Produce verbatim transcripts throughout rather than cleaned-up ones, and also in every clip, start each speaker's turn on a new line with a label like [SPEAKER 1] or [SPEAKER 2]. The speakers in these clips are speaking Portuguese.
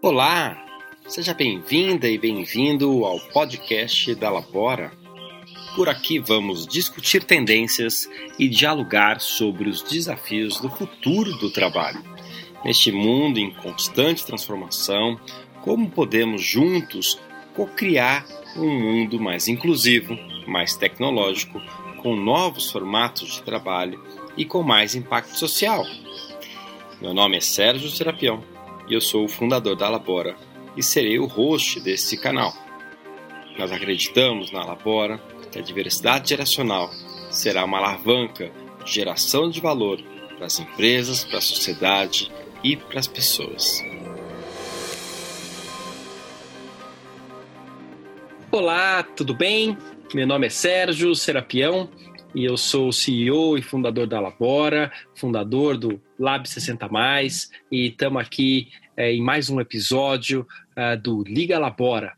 [SPEAKER 1] Olá, seja bem-vinda e bem-vindo ao podcast da Labora. Por aqui vamos discutir tendências e dialogar sobre os desafios do futuro do trabalho. Neste mundo em constante transformação, como podemos juntos co-criar um mundo mais inclusivo, mais tecnológico, com novos formatos de trabalho e com mais impacto social. Meu nome é Sérgio Serapião e eu sou o fundador da Labora e serei o host desse canal. Nós acreditamos na Labora que a diversidade geracional será uma alavanca de geração de valor para as empresas, para a sociedade e para as pessoas. Olá, tudo bem? Meu nome é Sérgio Serapião e eu sou o C E O e fundador da Labora, fundador do Lab sessenta mais, e estamos aqui é, em mais um episódio uh, do Liga Labora.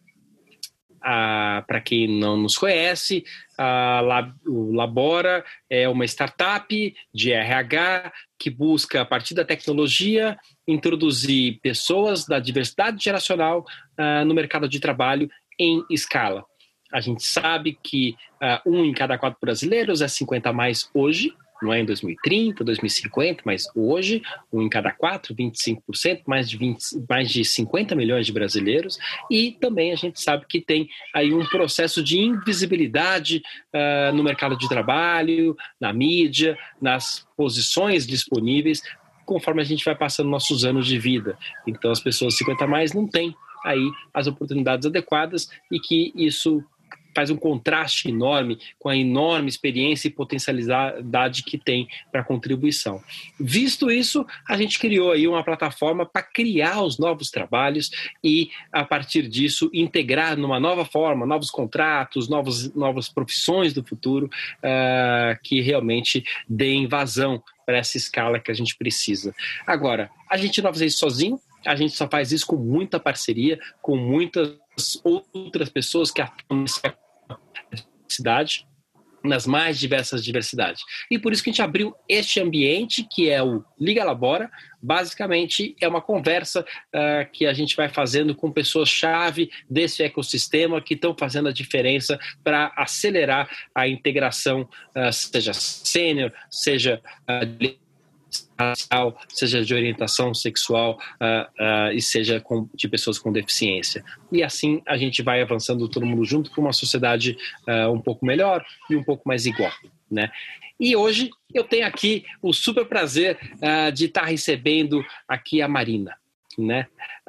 [SPEAKER 1] Uh, Para quem não nos conhece, a Lab, o Labora é uma startup de R H que busca, a partir da tecnologia, introduzir pessoas da diversidade geracional uh, no mercado de trabalho em escala. A gente sabe que uh, um em cada quatro brasileiros é cinquenta a mais hoje, não é em dois mil e trinta, dois mil e cinquenta, mas hoje, um em cada quatro, vinte e cinco por cento, mais de, vinte, mais de cinquenta milhões de brasileiros. E também a gente sabe que tem aí um processo de invisibilidade uh, no mercado de trabalho, na mídia, nas posições disponíveis, conforme a gente vai passando nossos anos de vida. Então as pessoas cinquenta a mais não têm aí as oportunidades adequadas e que isso faz um contraste enorme com a enorme experiência e potencialidade que tem para a contribuição. Visto isso, a gente criou aí uma plataforma para criar os novos trabalhos e, a partir disso, integrar numa nova forma, novos contratos, novos, novas profissões do futuro uh, que realmente deem vazão para essa escala que a gente precisa. Agora, a gente não vai fazer isso sozinho, a gente só faz isso com muita parceria, com muitas outras pessoas que atuam nessa diversidade, nas mais diversas diversidades. E por isso que a gente abriu este ambiente, que é o Liga Labora. Basicamente, é uma conversa uh, que a gente vai fazendo com pessoas-chave desse ecossistema que estão fazendo a diferença para acelerar a integração, uh, seja sênior, seja uh, racial, seja de orientação sexual uh, uh, e seja com, de pessoas com deficiência. E assim a gente vai avançando todo mundo junto para uma sociedade uh, um pouco melhor e um pouco mais igual, né? E hoje eu tenho aqui o super prazer uh, de estar recebendo aqui a Marina, né?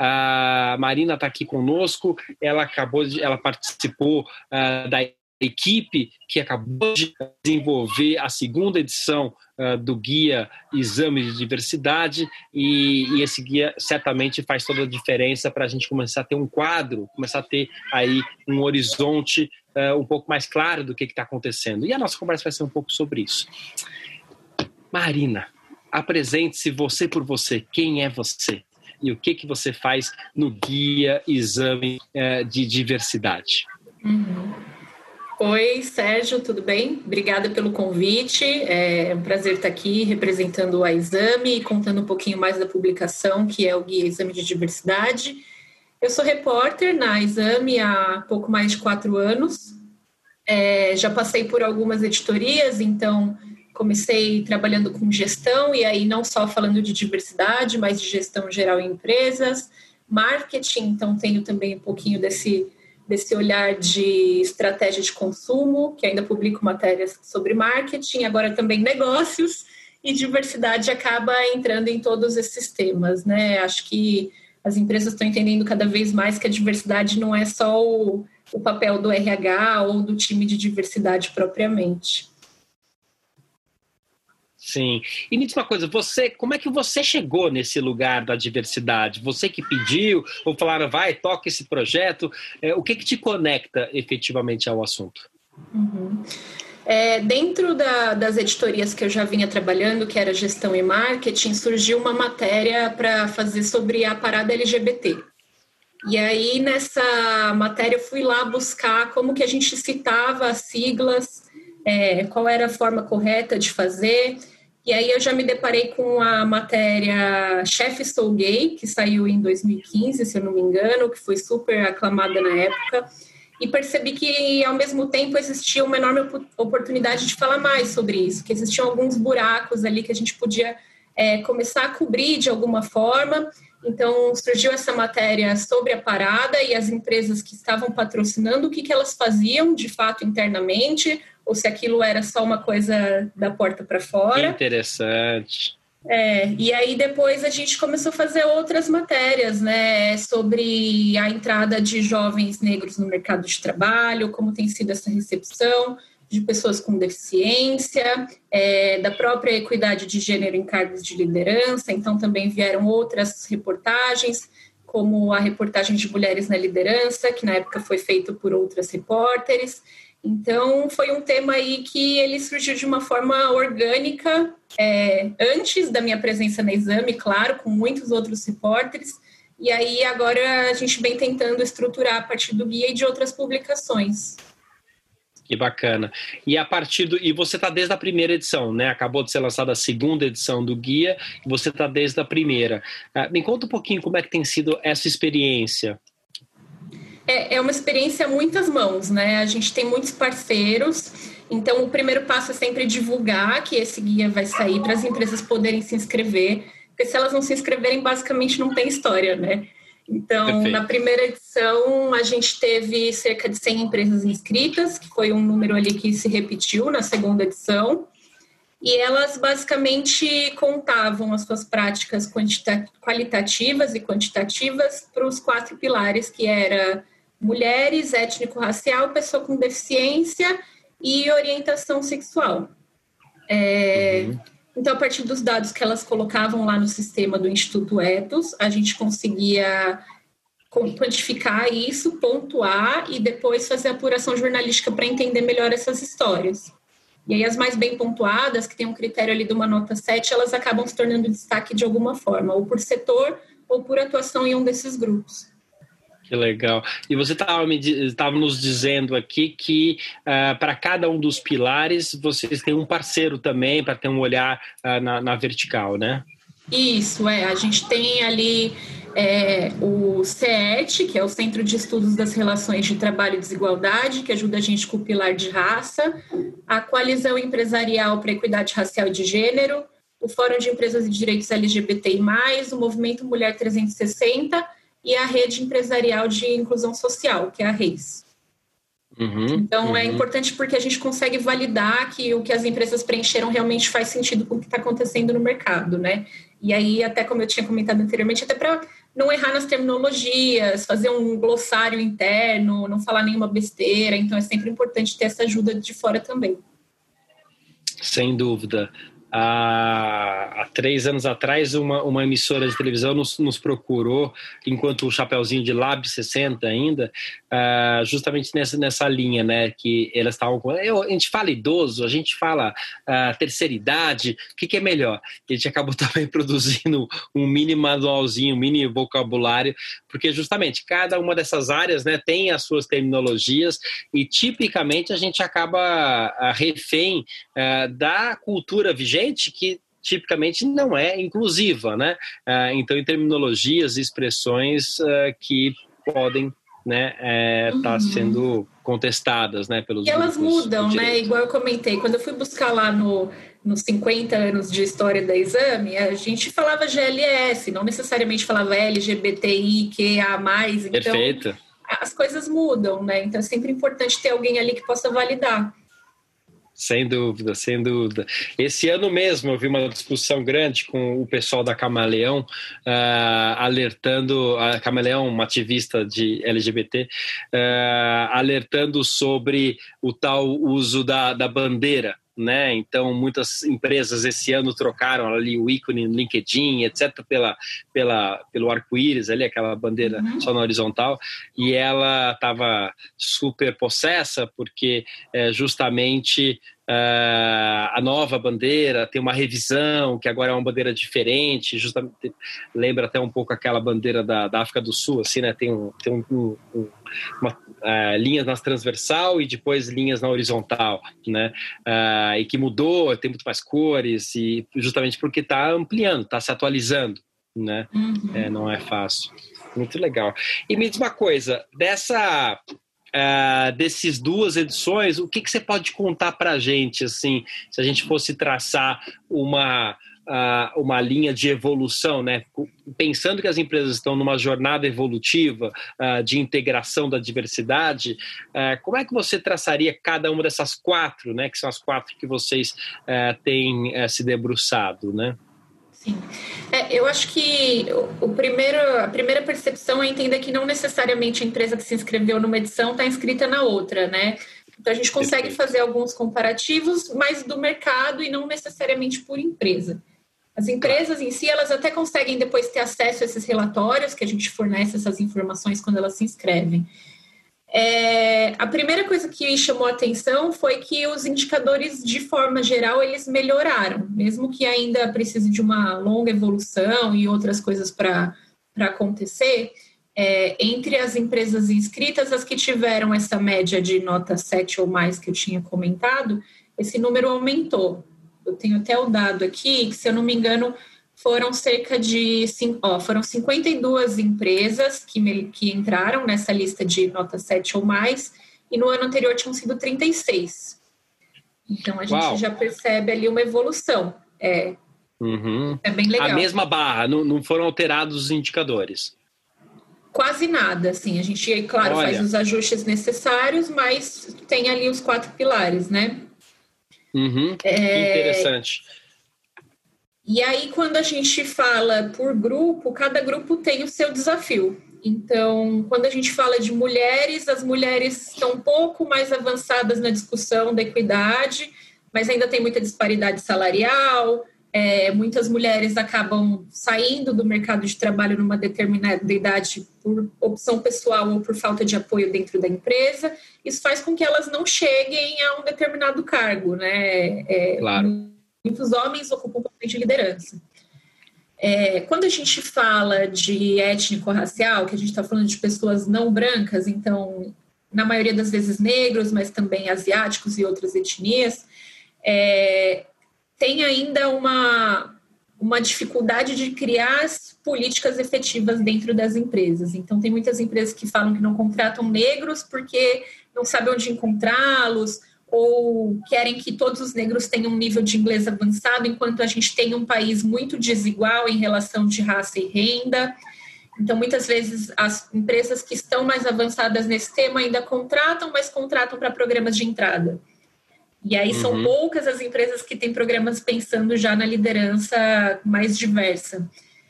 [SPEAKER 1] A Marina está aqui conosco, ela acabou de, ela participou uh, da equipe que acabou de desenvolver a segunda edição uh, do Guia Exame de Diversidade e, e esse guia certamente faz toda a diferença para a gente começar a ter um quadro, começar a ter aí um horizonte uh, um pouco mais claro do que está acontecendo. E a nossa conversa vai ser um pouco sobre isso. Marina, apresente-se você por você. Quem é você? E o que, que você faz no Guia Exame uh, de Diversidade?
[SPEAKER 2] Uhum. Oi, Sérgio, tudo bem? Obrigada pelo convite. É um prazer estar aqui representando a Exame e contando um pouquinho mais da publicação, que é o Guia Exame de Diversidade. Eu sou repórter na Exame há pouco mais de quatro anos. É, já passei por algumas editorias, então comecei trabalhando com gestão, e aí não só falando de diversidade, mas de gestão geral em empresas, marketing, então tenho também um pouquinho desse... desse olhar de estratégia de consumo, que ainda publico matérias sobre marketing, agora também negócios, e diversidade acaba entrando em todos esses temas, né? Acho que as empresas estão entendendo cada vez mais que a diversidade não é só o, o papel do R H ou do time de diversidade propriamente.
[SPEAKER 1] Sim. E me diz uma coisa, você, como é que você chegou nesse lugar da diversidade? Você que pediu, ou falaram, vai, toca esse projeto? É, o que que te conecta efetivamente ao assunto?
[SPEAKER 2] Uhum. É, dentro da, das editorias que eu já vinha trabalhando, que era gestão e marketing, surgiu uma matéria para fazer sobre a parada L G B T. E aí, nessa matéria, eu fui lá buscar como que a gente citava as siglas, é, qual era a forma correta de fazer. E aí eu já me deparei com a matéria Chefe Sou Gay, que saiu em dois mil e quinze, se eu não me engano, que foi super aclamada na época. E percebi que, ao mesmo tempo, existia uma enorme oportunidade de falar mais sobre isso, que existiam alguns buracos ali que a gente podia é, começar a cobrir de alguma forma. Então, surgiu essa matéria sobre a parada e as empresas que estavam patrocinando, o que, que elas faziam, de fato, internamente, ou se aquilo era só uma coisa da porta para fora.
[SPEAKER 1] Interessante.
[SPEAKER 2] É, e aí depois a gente começou a fazer outras matérias, né, sobre a entrada de jovens negros no mercado de trabalho, como tem sido essa recepção de pessoas com deficiência, é, da própria equidade de gênero em cargos de liderança. Então também vieram outras reportagens, como a reportagem de Mulheres na Liderança, que na época foi feita por outras repórteres. Então, foi um tema aí que ele surgiu de uma forma orgânica, é, antes da minha presença na Exame, claro, com muitos outros repórteres, e aí agora a gente vem tentando estruturar a partir do guia e de outras publicações.
[SPEAKER 1] Que bacana. E a partir do, e você está desde a primeira edição, né? Acabou de ser lançada a segunda edição do guia, e você está desde a primeira. Uh, me conta um pouquinho como é que tem sido essa experiência.
[SPEAKER 2] É, é uma experiência a muitas mãos, né? A gente tem muitos parceiros, então o primeiro passo é sempre divulgar que esse guia vai sair para as empresas poderem se inscrever, porque se elas não se inscreverem, basicamente não tem história, né? Então, Perfeito. Na primeira edição, a gente teve cerca de cem empresas inscritas, que foi um número ali que se repetiu na segunda edição, e elas basicamente contavam as suas práticas quantita- qualitativas e quantitativas para os quatro pilares, que era mulheres, étnico-racial, pessoa com deficiência e orientação sexual. É, uhum. Então, a partir dos dados que elas colocavam lá no sistema do Instituto Ethos, a gente conseguia quantificar isso, pontuar e depois fazer a apuração jornalística para entender melhor essas histórias. E aí as mais bem pontuadas, que tem um critério ali de uma nota sete, elas acabam se tornando destaque de alguma forma, ou por setor ou por atuação em um desses grupos.
[SPEAKER 1] Que legal. E você estava nos dizendo aqui que uh, para cada um dos pilares vocês têm um parceiro também para ter um olhar uh, na, na vertical, né?
[SPEAKER 2] Isso, é. A gente tem ali é, o C E T, que é o Centro de Estudos das Relações de Trabalho e Desigualdade, que ajuda a gente com o pilar de raça, a Coalizão Empresarial para a Equidade Racial e de Gênero, o Fórum de Empresas e Direitos L G B T I mais, o Movimento Mulher trezentos e sessenta e a Rede Empresarial de Inclusão Social, que é a REIS. Uhum, então, uhum. É importante porque a gente consegue validar que o que as empresas preencheram realmente faz sentido com o que está acontecendo no mercado, né? E aí, até como eu tinha comentado anteriormente, até para não errar nas terminologias, fazer um glossário interno, não falar nenhuma besteira. Então, é sempre importante ter essa ajuda de fora também.
[SPEAKER 1] Sem dúvida. Há, há três anos atrás, uma, uma emissora de televisão nos, nos procurou, enquanto o chapeuzinho de Lab sessenta ainda, uh, justamente nessa, nessa linha, né, que elas estavam com... Eu, a gente fala idoso, a gente fala uh, terceira idade, o que, que é melhor? A gente acabou também produzindo um mini manualzinho, um mini vocabulário, porque justamente cada uma dessas áreas, né, tem as suas terminologias e tipicamente a gente acaba uh, refém uh, da cultura vigente, que tipicamente não é inclusiva, né? Uh, então, em terminologias e expressões uh, que podem, né, é, uhum. tá sendo contestadas, né, pelos
[SPEAKER 2] e elas mudam, né? Igual eu comentei, quando eu fui buscar lá no, nos cinquenta anos de história da Exame, a gente falava G L S, não necessariamente falava L G B T I Q A mais, então
[SPEAKER 1] Perfeito.
[SPEAKER 2] As coisas mudam, né? Então é sempre importante ter alguém ali que possa validar.
[SPEAKER 1] Sem dúvida, sem dúvida. Esse ano mesmo eu vi uma discussão grande com o pessoal da Camaleão, uh, alertando, a Camaleão, uma ativista de L G B T, uh, alertando sobre o tal uso da, da bandeira, né? Então, muitas empresas esse ano trocaram ali o ícone no LinkedIn, etcétera, pela, pela, pelo arco-íris ali, aquela bandeira uhum. só na horizontal, e ela estava super possessa, porque é, justamente uh, a nova bandeira, tem uma revisão, que agora é uma bandeira diferente, justamente lembra até um pouco aquela bandeira da, da África do Sul, assim, né? Tem, um, tem um, um, um, uma, uh, linhas na transversal e depois linhas na horizontal, né? Uh, e que mudou, tem muito mais cores, e justamente porque está ampliando, está se atualizando, né? Uhum. É, não é fácil. Muito legal. E me diz uma coisa, dessa... Uh, desses duas edições, o que, que você pode contar para a gente, assim, se a gente fosse traçar uma, uh, uma linha de evolução, né? Pensando que as empresas estão numa jornada evolutiva uh, de integração da diversidade, uh, como é que você traçaria cada uma dessas quatro, né? Que são as quatro que vocês uh, têm uh, se debruçado, né?
[SPEAKER 2] Sim. É, eu acho que o primeiro, a primeira percepção é entender que não necessariamente a empresa que se inscreveu numa edição está inscrita na outra, né? Então a gente consegue Perfeito. fazer alguns comparativos, mas do mercado e não necessariamente por empresa. As empresas em si, elas até conseguem depois ter acesso a esses relatórios que a gente fornece essas informações quando elas se inscrevem. É, a primeira coisa que chamou a atenção foi que os indicadores, de forma geral, eles melhoraram, mesmo que ainda precise de uma longa evolução e outras coisas para acontecer. É, entre as empresas inscritas, as que tiveram essa média de nota sete ou mais que eu tinha comentado, esse número aumentou. Eu tenho até o dado aqui, que, se eu não me engano, foram cerca de ó, foram cinquenta e duas empresas que, me, que entraram nessa lista de nota sete ou mais, e no ano anterior tinham sido trinta e seis. Então a gente Uau. já percebe ali uma evolução. É,
[SPEAKER 1] uhum.
[SPEAKER 2] é bem legal.
[SPEAKER 1] A mesma barra, não, não foram alterados os indicadores?
[SPEAKER 2] Quase nada, assim. A gente, claro, Olha. faz os ajustes necessários, mas tem ali os quatro pilares, né?
[SPEAKER 1] Uhum. É... Que interessante.
[SPEAKER 2] E aí, quando a gente fala por grupo, cada grupo tem o seu desafio. Então, quando a gente fala de mulheres, as mulheres estão um pouco mais avançadas na discussão da equidade, mas ainda tem muita disparidade salarial. É, muitas mulheres acabam saindo do mercado de trabalho numa determinada idade por opção pessoal ou por falta de apoio dentro da empresa. Isso faz com que elas não cheguem a um determinado cargo, né? É,
[SPEAKER 1] claro.
[SPEAKER 2] Muitos homens ocupam um papel de liderança. É, quando a gente fala de étnico-racial, que a gente está falando de pessoas não brancas, então, na maioria das vezes negros, mas também asiáticos e outras etnias, é, tem ainda uma, uma dificuldade de criar políticas efetivas dentro das empresas. Então, tem muitas empresas que falam que não contratam negros porque não sabem onde encontrá-los, ou querem que todos os negros tenham um nível de inglês avançado, enquanto a gente tem um país muito desigual em relação de raça e renda. Então, muitas vezes, as empresas que estão mais avançadas nesse tema ainda contratam, mas contratam para programas de entrada. E aí, uhum. são poucas as empresas que têm programas pensando já na liderança mais diversa.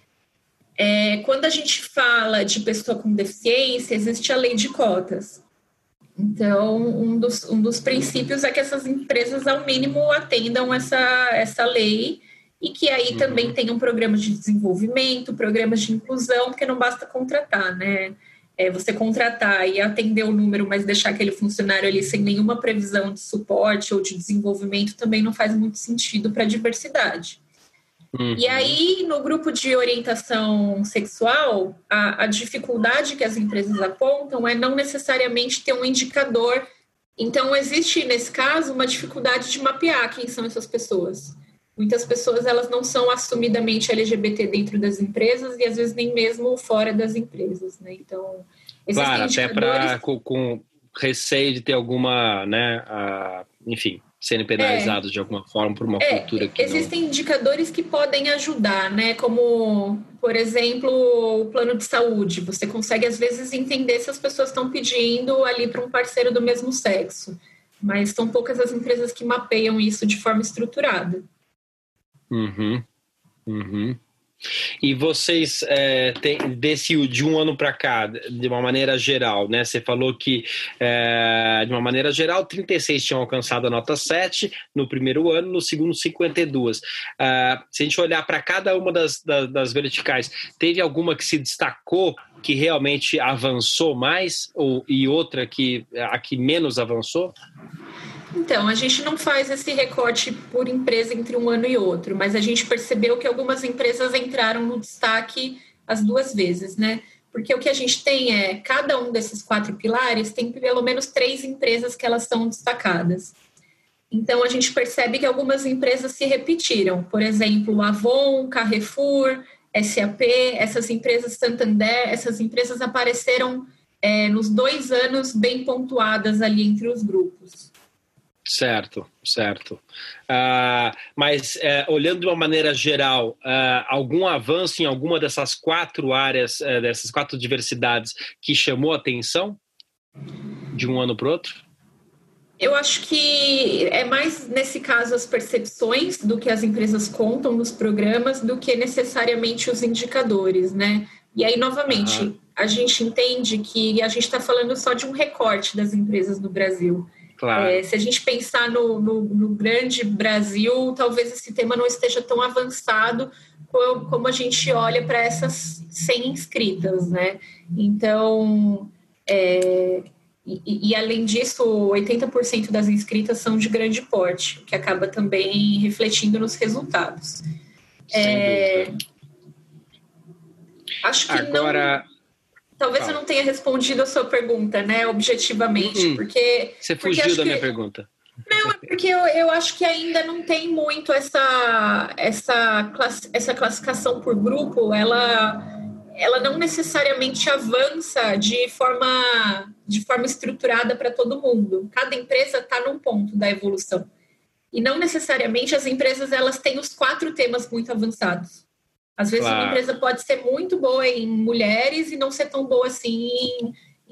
[SPEAKER 2] É, quando a gente fala de pessoa com deficiência, existe a lei de cotas. Então, um dos, um dos princípios é que essas empresas, ao mínimo, atendam essa, essa lei e que aí uhum. também tenham programas de desenvolvimento, programas de inclusão, porque não basta contratar, né? É você contratar e atender o número, mas deixar aquele funcionário ali sem nenhuma previsão de suporte ou de desenvolvimento também não faz muito sentido para a diversidade. Uhum. E aí, no grupo de orientação sexual, a, a dificuldade que as empresas apontam é não necessariamente ter um indicador. Então, existe, nesse caso, uma dificuldade de mapear quem são essas pessoas. Muitas pessoas, elas não são assumidamente L G B T dentro das empresas e, às vezes, nem mesmo fora das empresas, né? Então, existem
[SPEAKER 1] claro,
[SPEAKER 2] indicadores...
[SPEAKER 1] até para com, com receio de ter alguma, né, uh, enfim... serem penalizados é, de alguma forma por uma é, cultura que
[SPEAKER 2] existem
[SPEAKER 1] não...
[SPEAKER 2] indicadores que podem ajudar, né? Como, por exemplo, o plano de saúde. Você consegue, às vezes, entender se as pessoas estão pedindo ali para um parceiro do mesmo sexo. Mas são poucas as empresas que mapeiam isso de forma estruturada.
[SPEAKER 1] Uhum, uhum. E vocês, é, tem, desse, de um ano para cá, de uma maneira geral, né? Você falou que, é, de uma maneira geral, trinta e seis tinham alcançado a nota sete no primeiro ano, no segundo, cinquenta e dois. Uh, se a gente olhar para cada uma das, das, das verticais, teve alguma que se destacou, que realmente avançou mais, ou, e outra que, a que menos avançou?
[SPEAKER 2] Então, a gente não faz esse recorte por empresa entre um ano e outro, mas a gente percebeu que algumas empresas entraram no destaque as duas vezes, né? Porque o que a gente tem é, cada um desses quatro pilares tem pelo menos três empresas que elas são destacadas. Então, a gente percebe que algumas empresas se repetiram. Por exemplo, Avon, Carrefour, S A P, essas empresas, Santander, essas empresas apareceram é, nos dois anos bem pontuadas ali entre os grupos.
[SPEAKER 1] Certo, certo. Uh, mas uh, olhando de uma maneira geral, uh, algum avanço em alguma dessas quatro áreas, uh, dessas quatro diversidades que chamou a atenção de um ano para o outro?
[SPEAKER 2] Eu acho que é mais, nesse caso, as percepções do que as empresas contam nos programas do que necessariamente os indicadores, né? E aí, novamente, uhum. a gente entende que a gente está falando só de um recorte das empresas no Brasil.
[SPEAKER 1] Claro.
[SPEAKER 2] É, se a gente pensar no, no, no grande Brasil, talvez esse tema não esteja tão avançado como, como a gente olha para essas cem inscritas, né? Então, é, e, e além disso, oitenta por cento das inscritas são de grande porte, o que acaba também refletindo nos resultados.
[SPEAKER 1] Sem
[SPEAKER 2] é,
[SPEAKER 1] dúvida.
[SPEAKER 2] Acho que
[SPEAKER 1] Agora...
[SPEAKER 2] não... Talvez ah. eu não tenha respondido a sua pergunta, né, objetivamente,
[SPEAKER 1] hum,
[SPEAKER 2] porque...
[SPEAKER 1] Você fugiu
[SPEAKER 2] porque
[SPEAKER 1] da
[SPEAKER 2] que,
[SPEAKER 1] minha pergunta.
[SPEAKER 2] Não, é porque eu, eu acho que ainda não tem muito essa, essa, class, essa classificação por grupo, ela, ela não necessariamente avança de forma, de forma estruturada para todo mundo. Cada empresa está num ponto da evolução. E não necessariamente as empresas elas têm os quatro temas muito avançados. Às vezes claro. Uma empresa pode ser muito boa em mulheres e não ser tão boa assim em,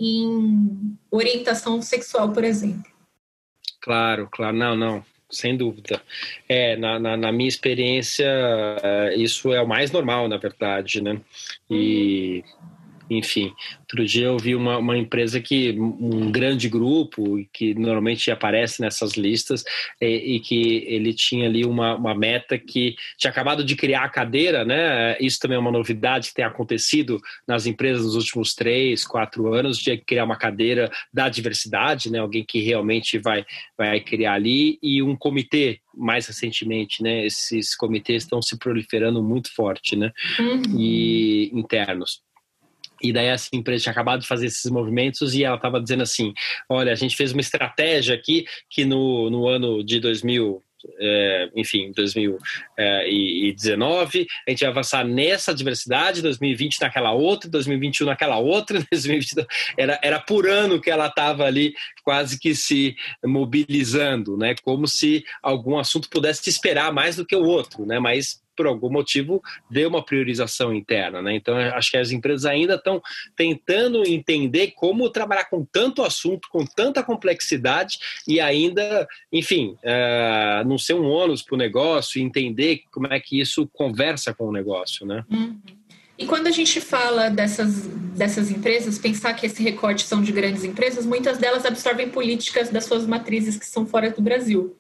[SPEAKER 2] em orientação sexual, por exemplo.
[SPEAKER 1] Claro, claro. Não, não. Sem dúvida. É, na, na, na minha experiência, isso é o mais normal, na verdade, né? E... Uhum. Enfim, outro dia eu vi uma, uma empresa que, um grande grupo, que normalmente aparece nessas listas, e, e que ele tinha ali uma, uma meta que tinha acabado de criar a cadeira, né? Isso também é uma novidade que tem acontecido nas empresas nos últimos três, quatro anos, de criar uma cadeira da diversidade, né? Alguém que realmente vai, vai criar ali, e um comitê, mais recentemente, né? Esses comitês estão se proliferando muito forte, né? Uhum. E internos. E daí essa empresa tinha acabado de fazer esses movimentos e ela estava dizendo assim, olha, a gente fez uma estratégia aqui que no, no ano de dois mil, é, enfim, dois mil e dezenove, a gente vai avançar nessa diversidade, dois mil e vinte naquela outra, dois mil e vinte e um naquela outra, dois mil e vinte e dois, era, era por ano que ela estava ali quase que se mobilizando, né? Como se algum assunto pudesse esperar mais do que o outro, né? Mas por algum motivo, deu uma priorização interna, né? Então, acho que as empresas ainda estão tentando entender como trabalhar com tanto assunto, com tanta complexidade e ainda, enfim, uh, não ser um ônus para o negócio e entender como é que isso conversa com o negócio, né?
[SPEAKER 2] Uhum. E quando a gente fala dessas, dessas empresas, pensar que esse recorte são de grandes empresas, muitas delas absorvem políticas das suas matrizes que são fora do Brasil.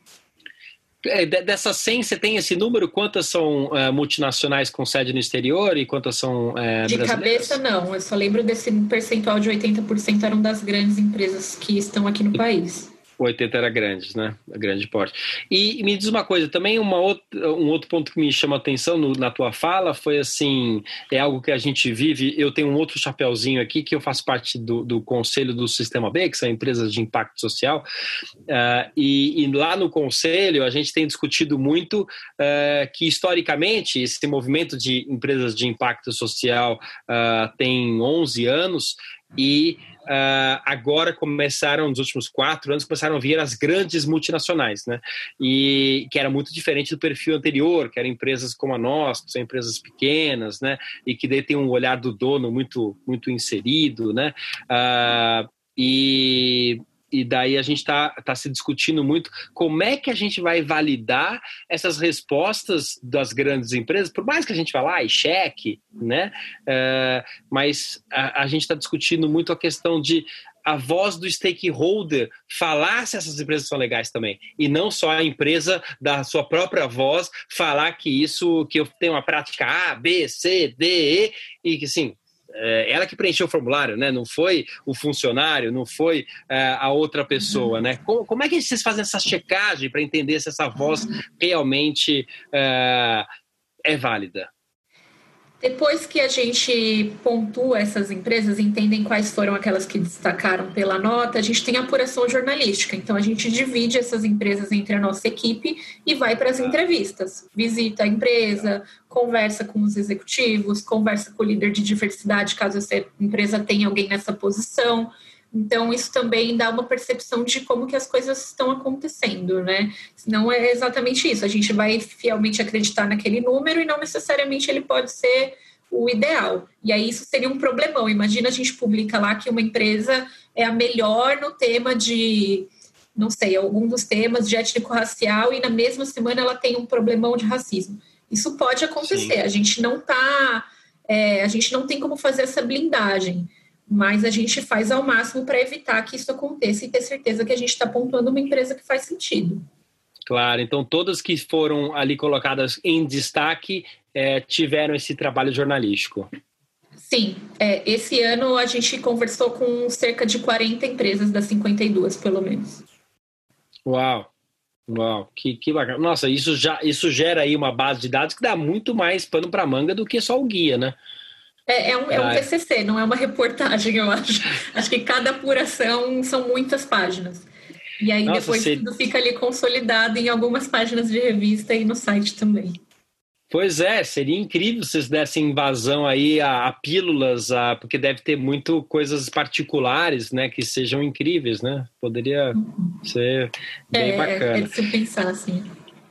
[SPEAKER 1] É, dessas cem, você tem esse número? Quantas são uh, multinacionais com sede no exterior e quantas são uh,
[SPEAKER 2] de
[SPEAKER 1] brasileiras?
[SPEAKER 2] Cabeça, não. Eu só lembro desse percentual de oitenta por cento eram das grandes empresas que estão aqui no país.
[SPEAKER 1] oitenta era grandes, né? Grande porte. E, e me diz uma coisa, também uma outra, um outro ponto que me chama a atenção no, na tua fala foi assim, é algo que a gente vive, eu tenho um outro chapeuzinho aqui que eu faço parte do, do conselho do Sistema B, que são empresas de impacto social, uh, e, e lá no conselho a gente tem discutido muito uh, que historicamente esse movimento de empresas de impacto social uh, tem onze anos e Uh, agora começaram, nos últimos quatro anos, começaram a vir as grandes multinacionais, né? E que era muito diferente do perfil anterior, que eram empresas como a nossa, que são empresas pequenas, né? E que daí tem um olhar do dono muito, muito inserido, né? Uh, e... E daí a gente está tá se discutindo muito como é que a gente vai validar essas respostas das grandes empresas, por mais que a gente vá lá e cheque, né? Uh, mas a, a gente está discutindo muito a questão de a voz do stakeholder falar se essas empresas são legais também. E não só a empresa da sua própria voz falar que isso, que eu tenho uma prática A, B, C, D, E, e que sim, é, ela que preencheu o formulário, né? Não foi o funcionário, não foi é, a outra pessoa, né? Como, como é que vocês fazem essa checagem para entender se essa voz realmente é, é válida?
[SPEAKER 2] Depois que a gente pontua essas empresas, entendem quais foram aquelas que destacaram pela nota, a gente tem apuração jornalística. Então, a gente divide essas empresas entre a nossa equipe e vai para as entrevistas. Visita a empresa, conversa com os executivos, conversa com o líder de diversidade, caso essa empresa tenha alguém nessa posição. Então, isso também dá uma percepção de como que as coisas estão acontecendo, né? Não é exatamente isso. A gente vai fielmente acreditar naquele número e não necessariamente ele pode ser o ideal. E aí isso seria um problemão. Imagina a gente publica lá que uma empresa é a melhor no tema de, não sei, algum dos temas de étnico-racial e na mesma semana ela tem um problemão de racismo. Isso pode acontecer. Sim. A gente não tá, é, a gente não tem como fazer essa blindagem. Mas a gente faz ao máximo para evitar que isso aconteça e ter certeza que a gente está pontuando uma empresa que faz sentido.
[SPEAKER 1] Claro, então todas que foram ali colocadas em destaque é, tiveram esse trabalho jornalístico.
[SPEAKER 2] Sim, é, esse ano a gente conversou com cerca de quarenta empresas das cinquenta e duas, pelo menos.
[SPEAKER 1] Uau, uau, que, que bacana. Nossa, isso, já, isso gera aí uma base de dados que dá muito mais pano para manga do que só o guia, né?
[SPEAKER 2] É, é, um, é um T C C, não é uma reportagem, eu acho. Acho que cada apuração são muitas páginas. E aí Nossa, depois você... tudo fica ali consolidado em algumas páginas de revista e no site também.
[SPEAKER 1] Pois é, seria incrível se vocês dessem vazão aí a, a pílulas, a, porque deve ter muito coisas particulares, né, que sejam incríveis, né? Poderia uhum. ser bem
[SPEAKER 2] é,
[SPEAKER 1] bacana.
[SPEAKER 2] É de se pensar, assim.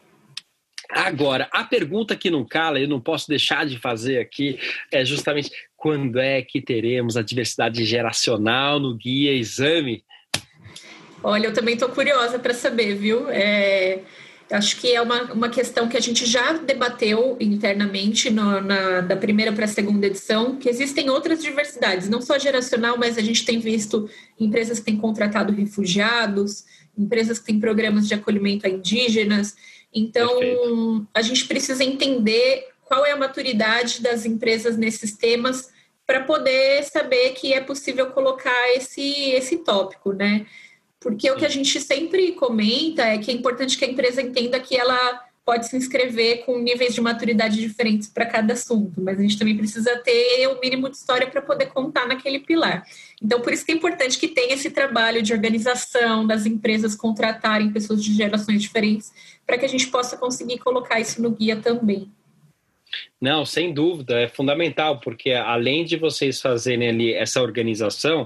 [SPEAKER 1] Agora, a pergunta que não cala, eu não posso deixar de fazer aqui, é justamente quando é que teremos a diversidade geracional no Guia Exame?
[SPEAKER 2] Olha, eu também estou curiosa para saber, viu? É, acho que é uma, uma questão que a gente já debateu internamente no, na, da primeira para a segunda edição, que existem outras diversidades, não só geracional, mas a gente tem visto empresas que têm contratado refugiados, empresas que têm programas de acolhimento a indígenas. Então, Perfeito. A gente precisa entender qual é a maturidade das empresas nesses temas para poder saber que é possível colocar esse, esse tópico, né? Porque Sim. o que a gente sempre comenta é que é importante que a empresa entenda que ela pode se inscrever com níveis de maturidade diferentes para cada assunto, mas a gente também precisa ter o mínimo de história para poder contar naquele pilar. Então, por isso que é importante que tenha esse trabalho de organização das empresas contratarem pessoas de gerações diferentes para que a gente possa conseguir colocar isso no guia também.
[SPEAKER 1] Não, sem dúvida, é fundamental, porque além de vocês fazerem ali essa organização,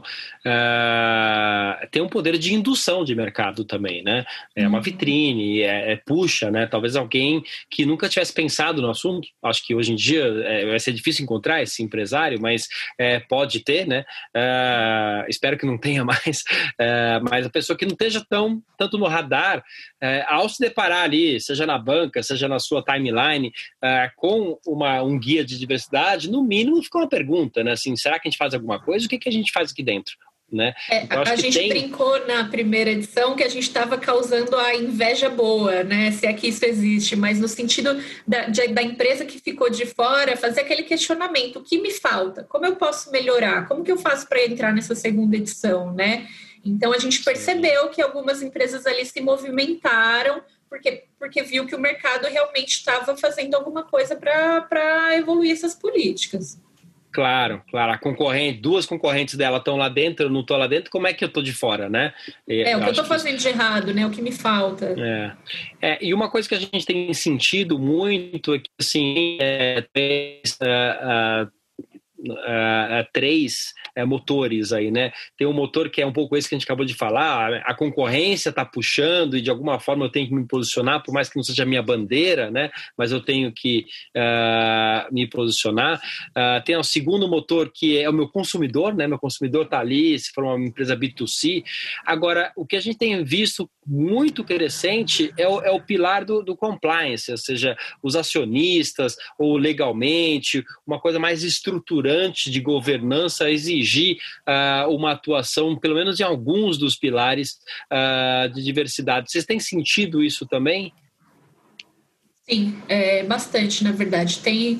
[SPEAKER 1] uh, tem um poder de indução de mercado também, né? É uma vitrine, é, é puxa, né? Talvez alguém que nunca tivesse pensado no assunto, acho que hoje em dia é, vai ser difícil encontrar esse empresário, mas é, pode ter, né? Uh, espero que não tenha mais, uh, mas a pessoa que não esteja tão, tanto no radar, uh, ao se deparar ali, seja na banca, seja na sua timeline, uh, com uma, um guia de diversidade, no mínimo fica uma pergunta, né? Assim, será que a gente faz alguma coisa? O que, que a gente faz aqui dentro? Né?
[SPEAKER 2] É, então, a gente tem... brincou na primeira edição que a gente estava causando a inveja boa, né? Se é que isso existe, mas no sentido da, de, da empresa que ficou de fora, fazer aquele questionamento: o que me falta? Como eu posso melhorar? Como que eu faço para entrar nessa segunda edição, né? Então a gente percebeu que algumas empresas ali se movimentaram porque, porque viu que o mercado realmente estava fazendo alguma coisa para evoluir essas políticas.
[SPEAKER 1] Claro, claro. A concorrente, duas concorrentes dela estão lá dentro, eu não estou lá dentro, como é que eu estou de fora, né?
[SPEAKER 2] É, eu o que eu estou fazendo isso... de errado, né? O que me falta.
[SPEAKER 1] É. É, e uma coisa que a gente tem sentido muito é que, assim, é, é, é, Uh, uh, três uh, motores aí, né? Tem um motor que é um pouco esse que a gente acabou de falar, a concorrência está puxando e de alguma forma eu tenho que me posicionar, por mais que não seja a minha bandeira, né? Mas eu tenho que uh, me posicionar. Uh, tem o um segundo motor que é o meu consumidor, né? Meu consumidor está ali, se for uma empresa B dois C. Agora, o que a gente tem visto muito crescente é o, é o pilar do, do compliance, ou seja, os acionistas ou legalmente, uma coisa mais estruturante de governança, exigir uh, uma atuação, pelo menos em alguns dos pilares uh, de diversidade. Vocês têm sentido isso também?
[SPEAKER 2] Sim, é, bastante, na verdade. Tem,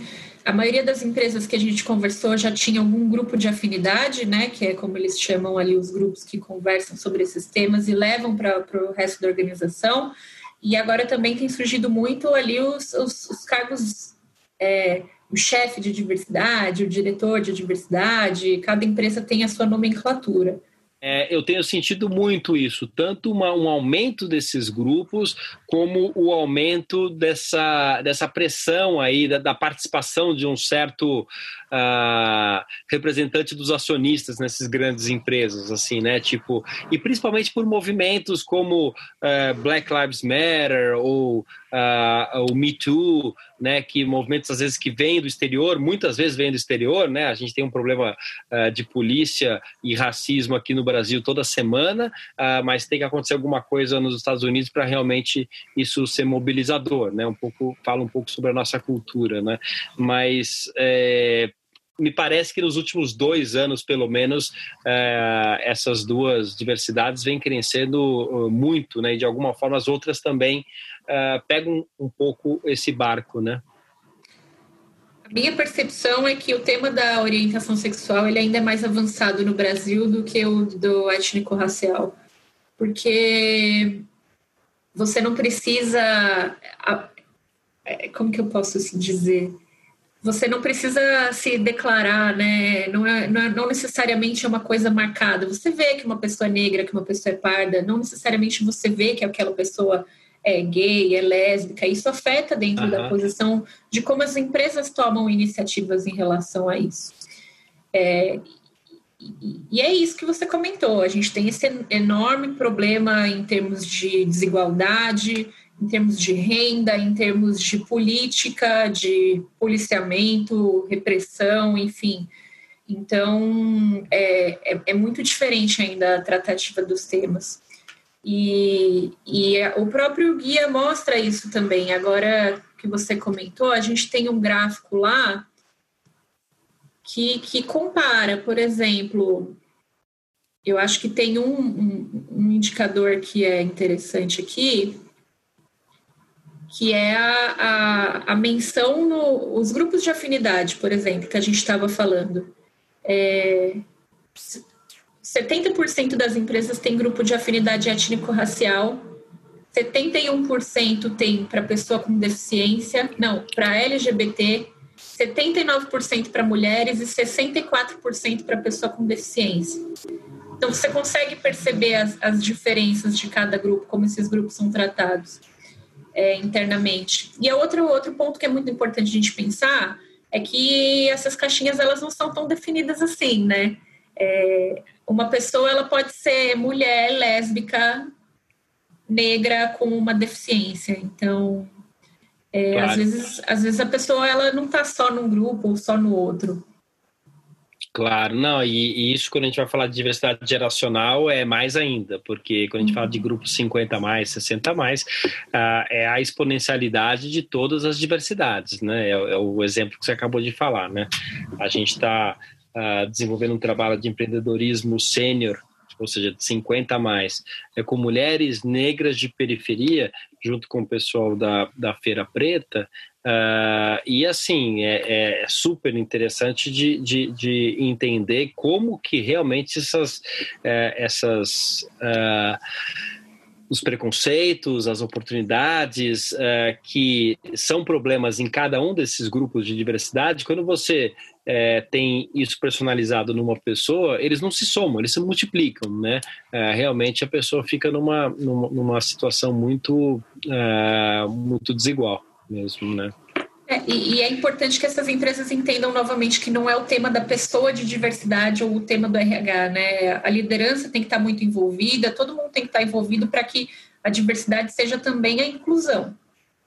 [SPEAKER 2] a maioria das empresas que a gente conversou já tinha algum grupo de afinidade, né, que é como eles chamam ali os grupos que conversam sobre esses temas e levam para o resto da organização. E agora também tem surgido muito ali os, os, os cargos, é, o chefe de diversidade, o diretor de diversidade, cada empresa tem a sua nomenclatura.
[SPEAKER 1] É, eu tenho sentido muito isso, tanto uma, um aumento desses grupos, como o aumento dessa, dessa pressão aí, da, da participação de um certo uh, representante dos acionistas nessas grandes empresas, assim, né? Tipo, e principalmente por movimentos como uh, Black Lives Matter ou uh, o Me Too, né? Que movimentos às vezes que vêm do exterior, muitas vezes vêm do exterior, né? A gente tem um problema uh, de polícia e racismo aqui no Brasil toda semana, uh, mas tem que acontecer alguma coisa nos Estados Unidos para realmente isso ser mobilizador, né? Um pouco, fala um pouco sobre a nossa cultura, né? Mas é, me parece que nos últimos dois anos, pelo menos, é, essas duas diversidades vêm crescendo muito, né? E de alguma forma as outras também é, pegam um pouco esse barco, né?
[SPEAKER 2] A minha percepção é que o tema da orientação sexual ele ainda é mais avançado no Brasil do que o do étnico-racial, porque você não precisa, como que eu posso dizer? Você não precisa se declarar, né? Não, é, não, é, não necessariamente é uma coisa marcada. Você vê que uma pessoa é negra, que uma pessoa é parda, não necessariamente você vê que aquela pessoa é gay, é lésbica. Isso afeta dentro uhum. da posição de como as empresas tomam iniciativas em relação a isso. É, e, e é isso que você comentou. A gente tem esse enorme problema em termos de desigualdade, em termos de renda, em termos de política, de policiamento, repressão, enfim. Então, é, é, é muito diferente ainda a tratativa dos temas. E, e o próprio guia mostra isso também. Agora que você comentou, a gente tem um gráfico lá que, que compara, por exemplo, eu acho que tem um, um, um indicador que é interessante aqui, que é a, a, a menção nos grupos de afinidade, por exemplo, que a gente estava falando. É, setenta por cento das empresas têm grupo de afinidade étnico-racial, setenta e um por cento tem para pessoa com deficiência, não, para L G B T, setenta e nove por cento para mulheres e sessenta e quatro por cento para pessoa com deficiência. Então, você consegue perceber as, as diferenças de cada grupo, como esses grupos são tratados é, internamente. E a outra, outro ponto que é muito importante a gente pensar é que essas caixinhas elas não são tão definidas assim, né? É, uma pessoa ela pode ser mulher, lésbica, negra com uma deficiência. Então, é, claro. às vezes, às vezes a pessoa ela não está só num grupo ou só no outro.
[SPEAKER 1] Claro, não, e, e isso quando a gente vai falar de diversidade geracional é mais ainda, porque quando a gente uhum. fala de grupos cinquenta mais, sessenta mais, uh, é a exponencialidade de todas as diversidades, né? É, é o exemplo que você acabou de falar, né? A gente está uh, desenvolvendo um trabalho de empreendedorismo sênior, ou seja, de cinquenta a mais, é com mulheres negras de periferia, junto com o pessoal da, da Feira Preta, uh, e assim, é, é super interessante de, de, de entender como que realmente essas, uh, essas uh, os preconceitos, as oportunidades uh, que são problemas em cada um desses grupos de diversidade, quando você É, tem isso personalizado numa pessoa, eles não se somam, eles se multiplicam, né? É, realmente a pessoa fica numa, numa, numa situação muito, é, muito desigual mesmo, né?
[SPEAKER 2] É, e, e é importante que essas empresas entendam novamente que não é o tema da pessoa de diversidade ou o tema do R H, né? A liderança tem que estar muito envolvida, todo mundo tem que estar envolvido para que a diversidade seja também a inclusão.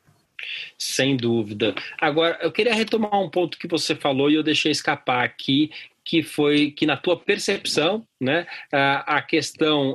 [SPEAKER 1] Sem dúvida. Agora, eu queria retomar um ponto que você falou e eu deixei escapar aqui, que foi que na tua percepção, né, a questão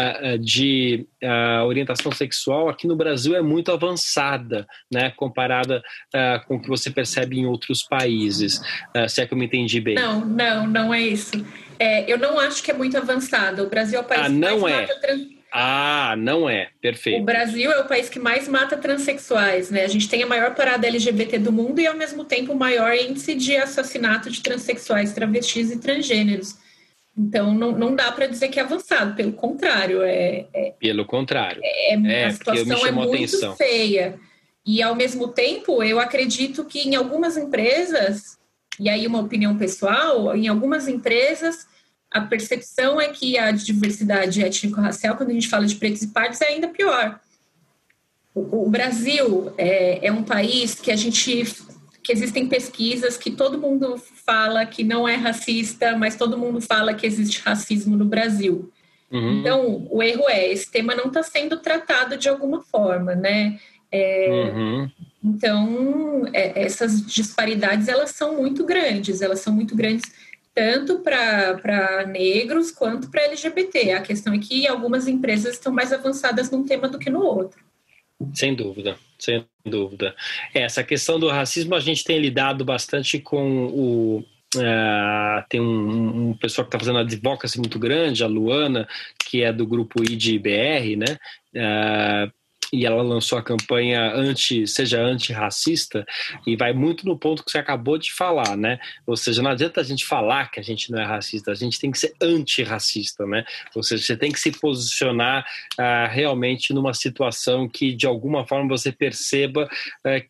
[SPEAKER 1] de orientação sexual aqui no Brasil é muito avançada, né, comparada com o que você percebe em outros países, se é que eu me entendi bem.
[SPEAKER 2] Não, não, não é isso. É, eu não acho que é muito avançada. O Brasil é o país
[SPEAKER 1] ah, não
[SPEAKER 2] mais
[SPEAKER 1] é.
[SPEAKER 2] mata trans...
[SPEAKER 1] Ah, não é. Perfeito.
[SPEAKER 2] O Brasil é o país que mais mata transexuais, né? A gente tem a maior parada L G B T do mundo e, ao mesmo tempo, o maior índice de assassinato de transexuais, travestis e transgêneros. Então, não, não dá para dizer que é avançado, pelo contrário. É, é,
[SPEAKER 1] pelo contrário.
[SPEAKER 2] É, é, a situação é muito atenção. feia. E, ao mesmo tempo, eu acredito que em algumas empresas, e aí uma opinião pessoal, em algumas empresas, a percepção é que a diversidade étnico-racial, quando a gente fala de pretos e pardos, é ainda pior. O, o Brasil é, é um país que a gente... que existem pesquisas que todo mundo fala que não é racista, mas todo mundo fala que existe racismo no Brasil. Uhum. Então, o erro é, esse tema não está sendo tratado de alguma forma, né? É, uhum. Então, é, essas disparidades, elas são muito grandes, elas são muito grandes tanto para negros quanto para L G B T. A questão é que algumas empresas estão mais avançadas num tema do que no outro.
[SPEAKER 1] Sem dúvida, sem dúvida. Essa questão do racismo a gente tem lidado bastante com o... Uh, tem um, um pessoal que está fazendo advocacy muito grande, a Luana, que é do grupo I D B R, né? Uh, e ela lançou a campanha anti, seja antirracista, e vai muito no ponto que você acabou de falar, né? Ou seja, não adianta a gente falar que a gente não é racista, a gente tem que ser antirracista, né? Ou seja, você tem que se posicionar uh, realmente numa situação que, de alguma forma, você perceba uh,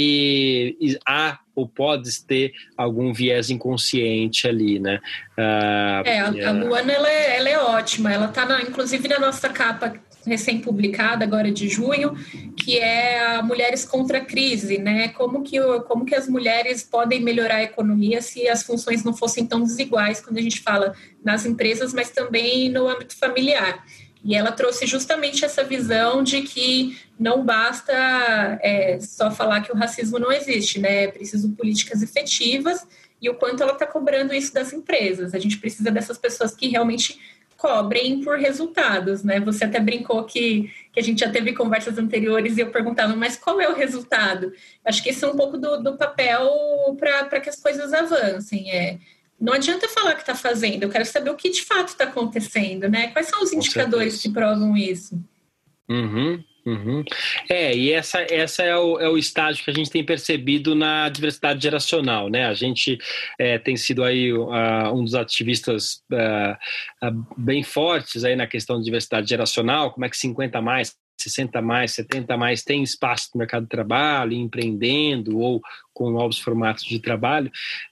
[SPEAKER 1] que há ou pode ter algum viés inconsciente ali, né?
[SPEAKER 2] Uh, é, a, a Luana, ela é, ela é ótima, ela está, inclusive, na nossa capa recém-publicada, agora de junho, que é a Mulheres contra a Crise, né? Como que, como que as mulheres podem melhorar a economia se as funções não fossem tão desiguais quando a gente fala nas empresas, mas também no âmbito familiar. E ela trouxe justamente essa visão de que não basta é, só falar que o racismo não existe, né? É preciso políticas efetivas e o quanto ela está cobrando isso das empresas. A gente precisa dessas pessoas que realmente cobrem por resultados, né? Você até brincou que, que a gente já teve conversas anteriores e eu perguntava, mas qual é o resultado? Acho que esse é um pouco do, do papel para que as coisas avancem. É, não adianta falar que está fazendo, eu quero saber o que de fato está acontecendo, né? Quais são os indicadores que provam isso?
[SPEAKER 1] Uhum. Uhum. É, e essa, essa é, o, é o estágio que a gente tem percebido na diversidade geracional, né? A gente é, tem sido aí uh, um dos ativistas uh, uh, bem fortes aí na questão de diversidade geracional, como é que cinquenta mais, sessenta mais, setenta mais tem espaço no mercado de trabalho, empreendendo ou com novos formatos de trabalho.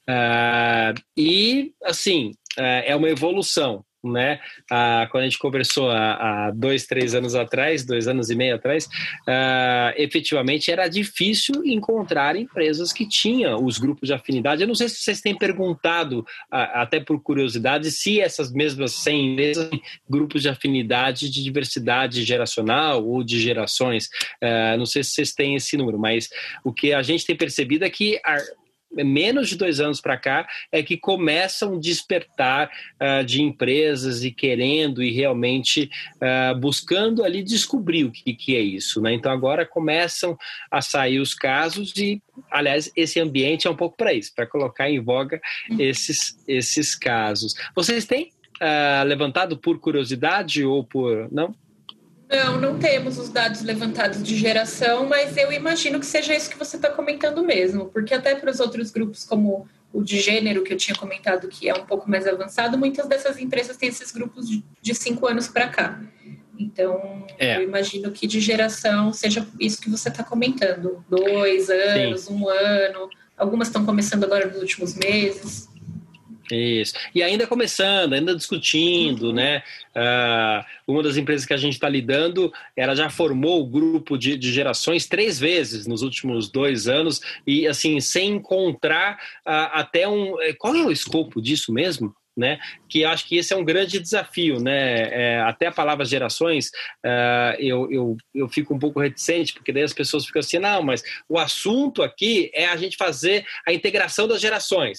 [SPEAKER 1] Uh, e, assim, uh, é uma evolução. Né? Ah, quando a gente conversou há, há dois, três anos atrás, dois anos e meio atrás, ah, efetivamente era difícil encontrar empresas que tinham os grupos de afinidade. Eu não sei se vocês têm perguntado, ah, até por curiosidade, se essas mesmas cem empresas têm grupos de afinidade de diversidade geracional ou de gerações. Ah, não sei se vocês têm esse número, mas o que a gente tem percebido é que a menos de dois anos para cá é que começam a despertar uh, de empresas e querendo e realmente uh, buscando ali descobrir o que, que é isso, né? Então agora começam a sair os casos e, aliás, esse ambiente é um pouco para isso, para colocar em voga esses, esses casos. Vocês têm uh, levantado por curiosidade ou por... não?
[SPEAKER 2] Não, não temos os dados levantados de geração, mas eu imagino que seja isso que você está comentando mesmo, porque até para os outros grupos, como o de gênero, que eu tinha comentado que é um pouco mais avançado, muitas dessas empresas têm esses grupos de, de cinco anos para cá. Então, é. eu imagino que de geração seja isso que você está comentando, dois anos, Sim. um ano, algumas estão começando agora nos últimos meses.
[SPEAKER 1] Isso. E ainda começando, ainda discutindo, uhum. né? Uh, uma das empresas que a gente está lidando, ela já formou o grupo de, de gerações três vezes nos últimos dois anos e, assim, sem encontrar uh, até um... Qual é o escopo disso mesmo? Né? Que acho que esse é um grande desafio, né? É, até a palavra gerações, uh, eu, eu, eu fico um pouco reticente, porque daí as pessoas ficam assim, não, mas o assunto aqui é a gente fazer a integração das gerações.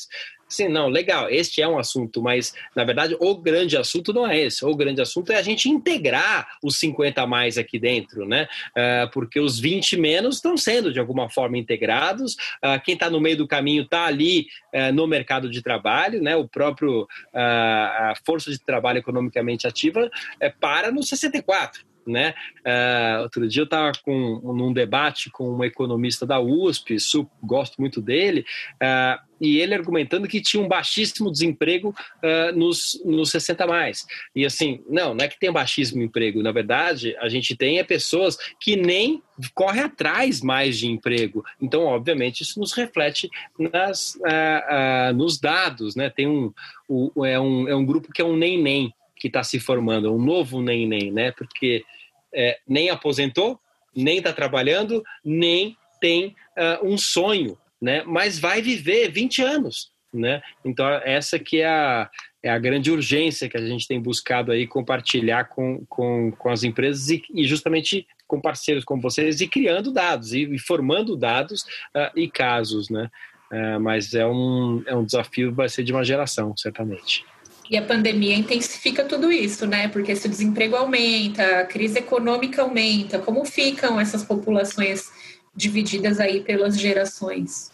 [SPEAKER 1] Sim, não, legal, este é um assunto, mas, na verdade, o grande assunto não é esse. O grande assunto é a gente integrar os cinquenta a mais aqui dentro, né? Uh, porque os vinte menos estão sendo, de alguma forma, integrados. Uh, quem está no meio do caminho está ali uh, no mercado de trabalho, né? O próprio, uh, a força de trabalho economicamente ativa uh, para no sessenta e quatro. Né? Uh, outro dia eu estava num debate com um economista da U S P, su, gosto muito dele, uh, e ele argumentando que tinha um baixíssimo desemprego uh, nos, nos sessenta a mais. E assim, não, não é que tem baixíssimo emprego, na verdade a gente tem é pessoas que nem correm atrás mais de emprego. Então, obviamente, isso nos reflete nas, uh, uh, nos dados, né? Tem um, um, é um, é um grupo que é um nem-nem, que está se formando, um novo nem-nem, né? Porque é, nem aposentou, nem está trabalhando, nem tem uh, um sonho, né? Mas vai viver vinte anos, né? Então essa que é a, é a grande urgência que a gente tem buscado aí compartilhar com, com, com as empresas e, e justamente com parceiros como vocês e criando dados e, e formando dados uh, e casos, né? Uh, mas é um, é um desafio, vai ser de uma geração, certamente.
[SPEAKER 2] E a pandemia intensifica tudo isso, né? Porque se o desemprego aumenta, a crise econômica aumenta, como ficam essas populações divididas aí pelas gerações?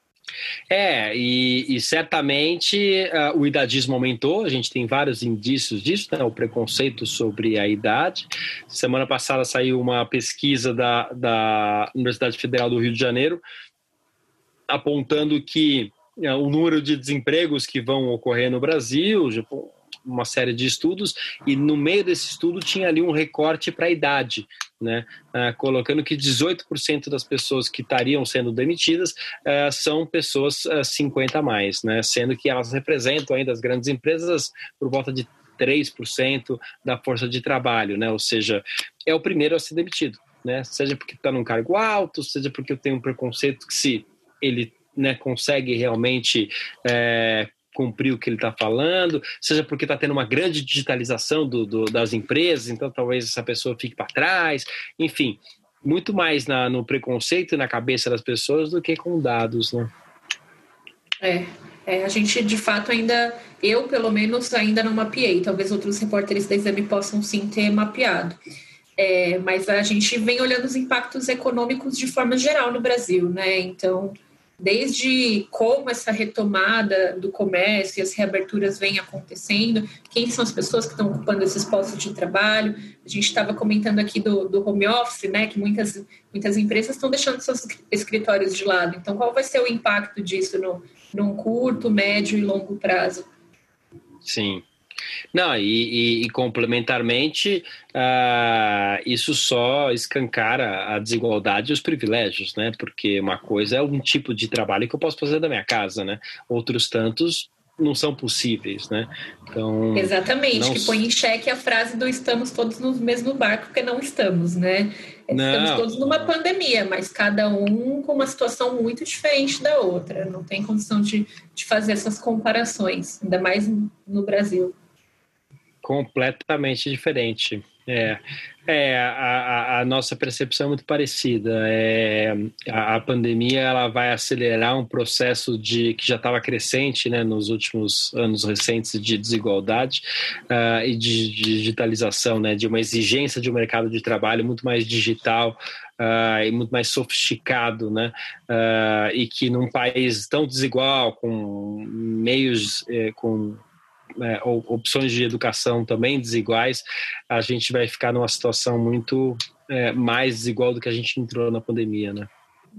[SPEAKER 1] É, e, e certamente uh, o idadismo aumentou, a gente tem vários indícios disso, né? O preconceito sobre a idade. Semana passada saiu uma pesquisa da, da Universidade Federal do Rio de Janeiro, apontando que o número de desempregos que vão ocorrer no Brasil, uma série de estudos, e no meio desse estudo tinha ali um recorte para a idade, né? Ah, colocando que dezoito por cento das pessoas que estariam sendo demitidas ah, são pessoas ah, cinquenta a mais, né? Sendo que elas representam ainda as grandes empresas por volta de três por cento da força de trabalho, né? Ou seja, é o primeiro a ser demitido, né? Seja porque está num cargo alto, seja porque eu tenho um preconceito que se ele né, consegue realmente é, cumprir o que ele está falando, seja porque está tendo uma grande digitalização do, do, das empresas, então talvez essa pessoa fique para trás, enfim, muito mais na, no preconceito e na cabeça das pessoas do que com dados, né?
[SPEAKER 2] É, é, a gente de fato ainda, eu pelo menos ainda não mapeei, talvez outros repórteres da Exame possam sim ter mapeado. É, mas a gente vem olhando os impactos econômicos de forma geral no Brasil, né? Então, desde como essa retomada do comércio e as reaberturas vêm acontecendo, quem são as pessoas que estão ocupando esses postos de trabalho. A gente estava comentando aqui do, do home office, né, que muitas, muitas empresas estão deixando seus escritórios de lado. Então, qual vai ser o impacto disso no, num curto, médio e longo prazo?
[SPEAKER 1] Sim. Não, e, e, e complementarmente, uh, isso só escancara a desigualdade e os privilégios, né? Porque uma coisa é um tipo de trabalho que eu posso fazer da minha casa, né? Outros tantos não são possíveis, né? Então,
[SPEAKER 2] exatamente,
[SPEAKER 1] não...
[SPEAKER 2] que põe em xeque a frase do estamos todos no mesmo barco, porque não estamos, né? Estamos
[SPEAKER 1] não,
[SPEAKER 2] todos numa pandemia, mas cada um com uma situação muito diferente da outra. Não tem condição de, de fazer essas comparações, ainda mais no Brasil.
[SPEAKER 1] Completamente diferente. É, é a, a, a nossa percepção é muito parecida. É, a, a pandemia ela vai acelerar um processo de, que já estava crescente, né, nos últimos anos recentes de desigualdade uh, e de, de digitalização, né, de uma exigência de um mercado de trabalho muito mais digital uh, e muito mais sofisticado, né, uh, e que num país tão desigual, com meios, eh, com É, opções de educação também desiguais, a gente vai ficar numa situação muito é, mais desigual do que a gente entrou na pandemia, né?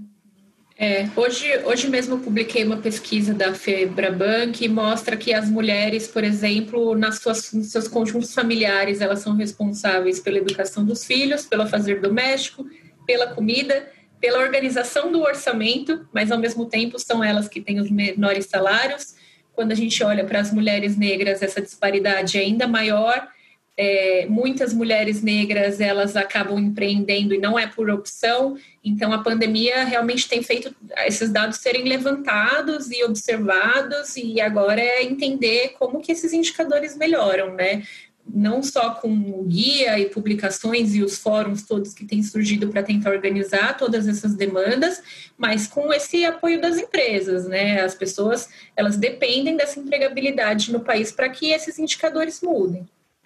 [SPEAKER 2] É, hoje, hoje mesmo eu publiquei uma pesquisa da Febraban que mostra que as mulheres, por exemplo, nas suas, nos seus conjuntos familiares, elas são responsáveis pela educação dos filhos, pelo fazer doméstico, pela comida, pela organização do orçamento, mas ao mesmo tempo são elas que têm os menores salários. Quando a gente olha para as mulheres negras, essa disparidade é ainda maior. É, muitas mulheres negras, elas acabam empreendendo e não é por opção. Então, a pandemia realmente tem feito esses dados serem levantados e observados, e agora é entender como que esses indicadores melhoram, né? não só com o guia e publicações e os fóruns todos que têm surgido para tentar organizar todas essas demandas, mas com esse apoio das empresas, né? As pessoas, elas dependem dessa empregabilidade no país para que esses indicadores mudem.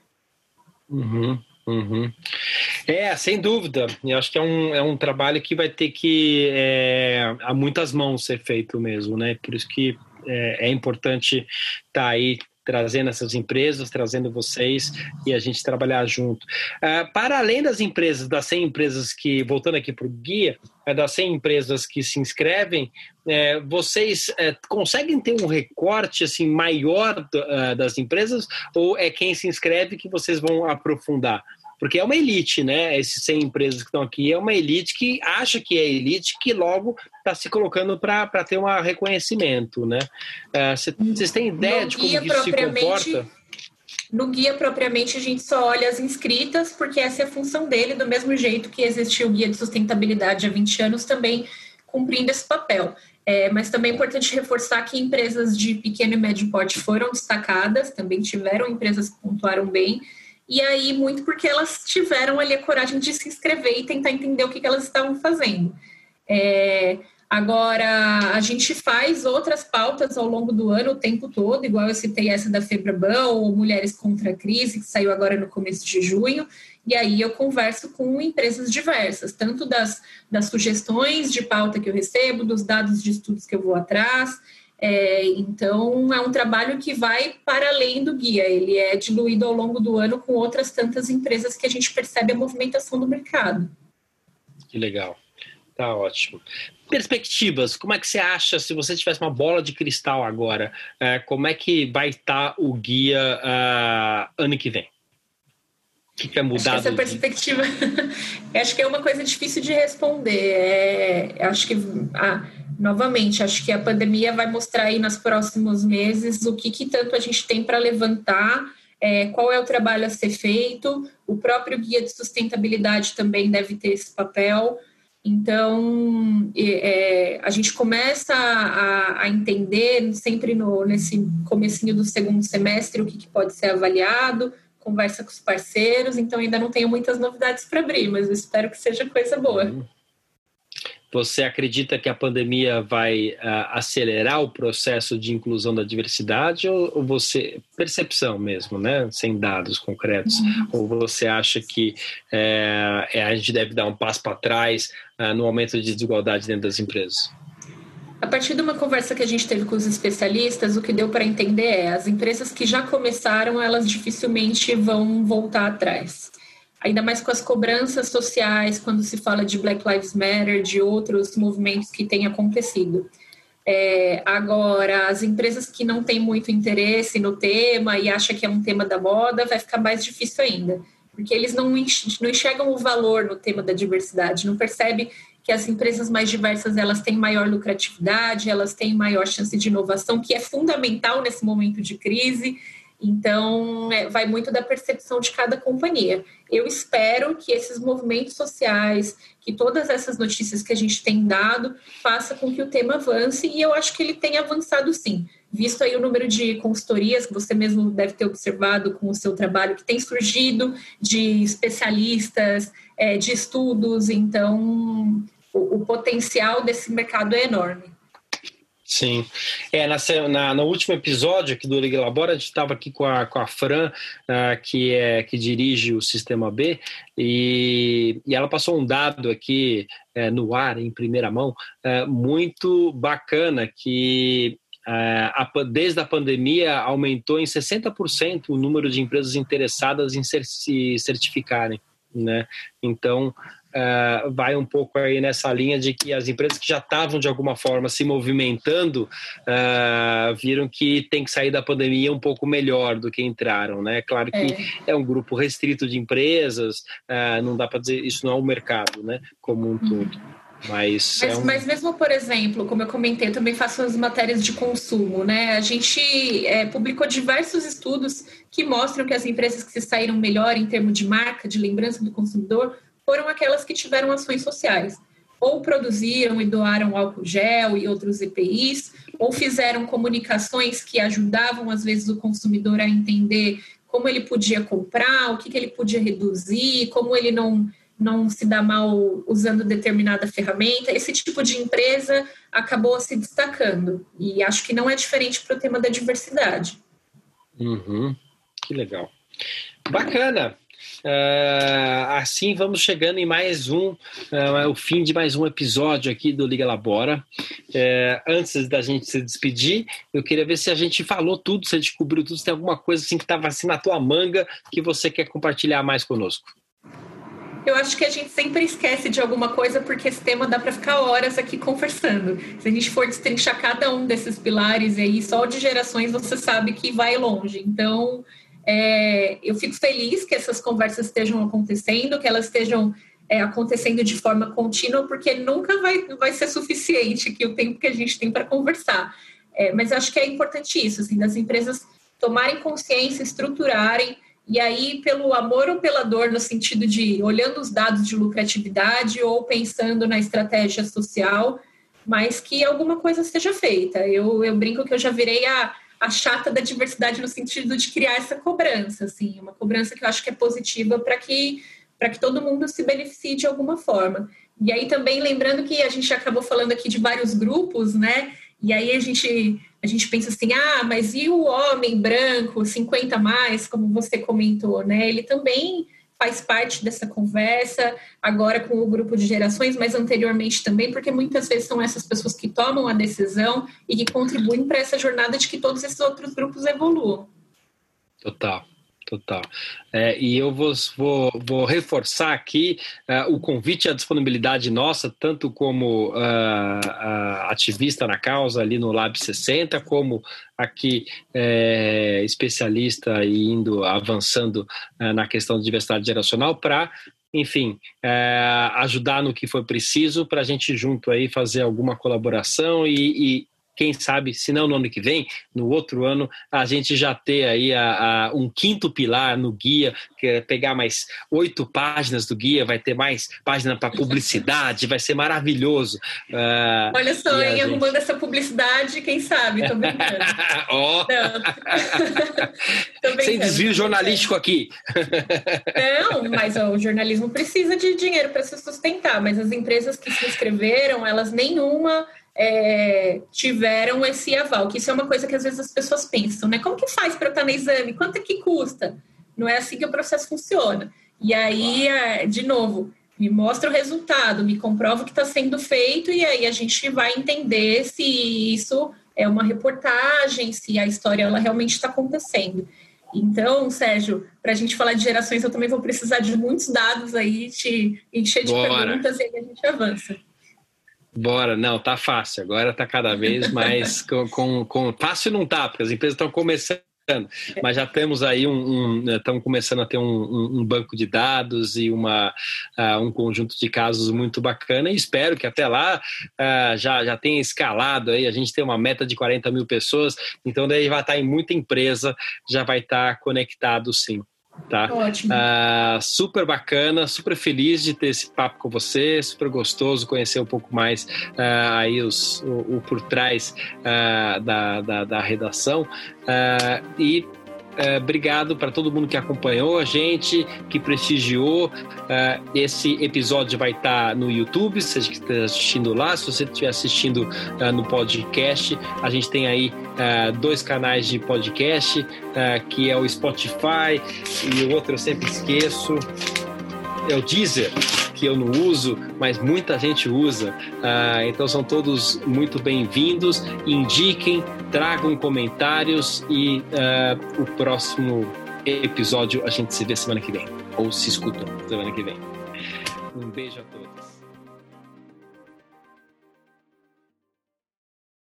[SPEAKER 1] Uhum, uhum. É, sem dúvida. Eu acho que é um, é um trabalho que vai ter que, é, há muitas mãos ser feito mesmo, né? Por isso que é, é importante estar aí trazendo essas empresas, trazendo vocês e a gente trabalhar junto. Uh, para além das empresas, das cem empresas que, voltando aqui para o guia, é, das cem empresas que se inscrevem, é, vocês é, conseguem ter um recorte assim, maior uh, das empresas ou é quem se inscreve que vocês vão aprofundar? Porque é uma elite, né? Esses cem empresas que estão aqui é uma elite que acha que é elite, que logo está se colocando para ter um reconhecimento, né? Vocês uh, têm ideia no de como isso se comporta?
[SPEAKER 2] No guia, propriamente, a gente só olha as inscritas, porque essa é a função dele, do mesmo jeito que existiu o Guia de Sustentabilidade há vinte anos, também cumprindo esse papel. É, mas também é importante reforçar que empresas de pequeno e médio porte foram destacadas, também tiveram empresas que pontuaram bem, e aí muito porque elas tiveram ali a coragem de se inscrever e tentar entender o que, que elas estavam fazendo. É, agora, a gente faz outras pautas ao longo do ano, o tempo todo, igual eu citei essa da FEBRABAN, ou Mulheres contra a Crise, que saiu agora no começo de junho, e aí eu converso com empresas diversas, tanto das, das sugestões de pauta que eu recebo, dos dados de estudos que eu vou atrás. É, então, é um trabalho que vai para além do guia, ele é diluído ao longo do ano com outras tantas empresas que a gente percebe a movimentação do mercado.
[SPEAKER 1] Que legal, tá ótimo. Perspectivas, como é que você acha, se você tivesse uma bola de cristal agora, é, como é que vai estar o guia uh, ano que vem? O que, que vai mudar?
[SPEAKER 2] Acho que essa perspectiva, acho que é uma coisa difícil de responder. É, acho que... Ah, novamente, acho que a pandemia vai mostrar aí nos próximos meses o que, que tanto a gente tem para levantar, é, qual é o trabalho a ser feito, o próprio guia de sustentabilidade também deve ter esse papel. Então, é, a gente começa a, a entender sempre no, nesse comecinho do segundo semestre o que, que pode ser avaliado, conversa com os parceiros, então ainda não tenho muitas novidades para abrir, mas eu espero que seja coisa boa.
[SPEAKER 1] Uhum. Você acredita que a pandemia vai uh, acelerar o processo de inclusão da diversidade ou, ou você, percepção mesmo, né, sem dados concretos, uhum. ou você acha que é, é, a gente deve dar um passo para trás uh, no aumento de desigualdade dentro das empresas?
[SPEAKER 2] A partir de uma conversa que a gente teve com os especialistas, o que deu para entender é as empresas que já começaram, elas dificilmente vão voltar atrás. Ainda mais com as cobranças sociais, quando se fala de Black Lives Matter, de outros movimentos que têm acontecido. É, agora, as empresas que não têm muito interesse no tema e acham que é um tema da moda, vai ficar mais difícil ainda, porque eles não enxergam o valor no tema da diversidade, não percebem que as empresas mais diversas elas têm maior lucratividade, elas têm maior chance de inovação, que é fundamental nesse momento de crise. Então, é, vai muito da percepção de cada companhia. Eu espero que esses movimentos sociais, que todas essas notícias que a gente tem dado, faça com que o tema avance, e eu acho que ele tem avançado sim. Visto aí o número de consultorias que você mesmo deve ter observado com o seu trabalho, que tem surgido de especialistas, é, de estudos, então o, o potencial desse mercado é enorme.
[SPEAKER 1] Sim, é, na, na, no último episódio aqui do Liga Labora, a gente estava aqui com a, com a Fran, uh, que, é, que dirige o Sistema B, e, e ela passou um dado aqui é, no ar, em primeira mão, é, muito bacana, que é, a, desde a pandemia aumentou em sessenta por cento o número de empresas interessadas em ser, se certificarem, né? Então, Uh, vai um pouco aí nessa linha de que as empresas que já estavam de alguma forma se movimentando uh, viram que tem que sair da pandemia um pouco melhor do que entraram, né? Claro que é, é um grupo restrito de empresas, uh, não dá para dizer, isso não é o mercado, né? Como um todo. Mas,
[SPEAKER 2] mas,
[SPEAKER 1] é um...
[SPEAKER 2] mas mesmo, por exemplo, como eu comentei, eu também faço as matérias de consumo, né? A gente é, publicou diversos estudos que mostram que as empresas que se saíram melhor em termos de marca, de lembrança do consumidor, foram aquelas que tiveram ações sociais, ou produziram e doaram álcool gel e outros E P Is, ou fizeram comunicações que ajudavam, às vezes, o consumidor a entender como ele podia comprar, o que, que ele podia reduzir, como ele não, não se dá mal usando determinada ferramenta. Esse tipo de empresa acabou se destacando. E acho que não é diferente para o tema da diversidade.
[SPEAKER 1] Uhum. Que legal. Bacana. Uh, assim vamos chegando em mais um, uh, o fim de mais um episódio aqui do Liga Labora. Uh, antes da gente se despedir, eu queria ver se a gente falou tudo, se a gente cobriu tudo, se tem alguma coisa assim que estava assim na tua manga que você quer compartilhar mais conosco.
[SPEAKER 2] Eu acho que a gente sempre esquece de alguma coisa porque esse tema dá para ficar horas aqui conversando. Se a gente for destrinchar cada um desses pilares aí, só de gerações você sabe que vai longe. Então É, eu fico feliz que essas conversas estejam acontecendo, que elas estejam é, acontecendo de forma contínua, porque nunca vai, vai ser suficiente que o tempo que a gente tem para conversar. É, mas acho que é importante isso, assim, das empresas tomarem consciência, estruturarem, e aí pelo amor ou pela dor, no sentido de olhando os dados de lucratividade ou pensando na estratégia social, mas que alguma coisa seja feita. Eu, eu brinco que eu já virei a a chata da diversidade no sentido de criar essa cobrança, assim, uma cobrança que eu acho que é positiva para que, para que todo mundo se beneficie de alguma forma. E aí também lembrando que a gente acabou falando aqui de vários grupos, né? E aí a gente, a gente pensa assim, ah, mas e o homem branco, cinquenta mais, como você comentou, né? Ele também faz parte dessa conversa, agora com o grupo de gerações, mas anteriormente também, porque muitas vezes são essas pessoas que tomam a decisão e que contribuem para essa jornada de que todos esses outros grupos evoluam.
[SPEAKER 1] Total. Total. É, e eu vou, vou, vou reforçar aqui uh, o convite e a disponibilidade nossa, tanto como uh, uh, ativista na causa ali no Lab sessenta, como aqui é, especialista e indo avançando uh, na questão de diversidade geracional para, enfim, uh, ajudar no que for preciso para a gente junto aí fazer alguma colaboração e, e quem sabe, se não no ano que vem, no outro ano, a gente já ter aí a, a, um quinto pilar no guia, que é pegar mais oito páginas do guia, vai ter mais página para publicidade, vai ser maravilhoso.
[SPEAKER 2] Uh, Olha só, hein, gente... arrumando essa publicidade, quem sabe, tô brincando.
[SPEAKER 1] oh. Tô sem desvio jornalístico aqui.
[SPEAKER 2] Não, mas ó, o jornalismo precisa de dinheiro para se sustentar, mas as empresas que se inscreveram, elas nenhuma... É, tiveram esse aval, que isso é uma coisa que às vezes as pessoas pensam, né? Como que faz para eu estar no exame? Quanto é que custa? Não é assim que o processo funciona. E aí, é, de novo, me mostra o resultado, me comprova o que está sendo feito e aí a gente vai entender se isso é uma reportagem, se a história ela realmente está acontecendo. Então, Sérgio, para a gente falar de gerações, eu também vou precisar de muitos dados aí, te encher de
[SPEAKER 1] Bora.
[SPEAKER 2] perguntas e aí a gente avança.
[SPEAKER 1] Bora, não, tá fácil, agora tá cada vez mais com, com, com fácil não tá, porque as empresas estão começando, mas já temos aí um, estamos um, começando a ter um, um, um banco de dados e uma, uh, um conjunto de casos muito bacana e espero que até lá uh, já, já tenha escalado aí, a gente tem uma meta de quarenta mil pessoas, então daí vai estar em muita empresa, já vai estar conectado sim. Tá?
[SPEAKER 2] Ótimo.
[SPEAKER 1] Uh, super bacana, super feliz de ter esse papo com você, super gostoso conhecer um pouco mais uh, aí os, o, o por trás uh, da, da, da redação uh, e Uh, obrigado para todo mundo que acompanhou a gente, que prestigiou. Uh, esse episódio vai estar tá no YouTube, se você estiver assistindo lá. Se você estiver assistindo uh, no podcast, a gente tem aí uh, dois canais de podcast, uh, que é o Spotify e o outro eu sempre esqueço, é o Deezer, que eu não uso, mas muita gente usa. Uh, então são todos muito bem-vindos. Indiquem, tragam comentários e uh, o próximo episódio a gente se vê semana que vem. Ou se escuta semana que vem. Um beijo a todos.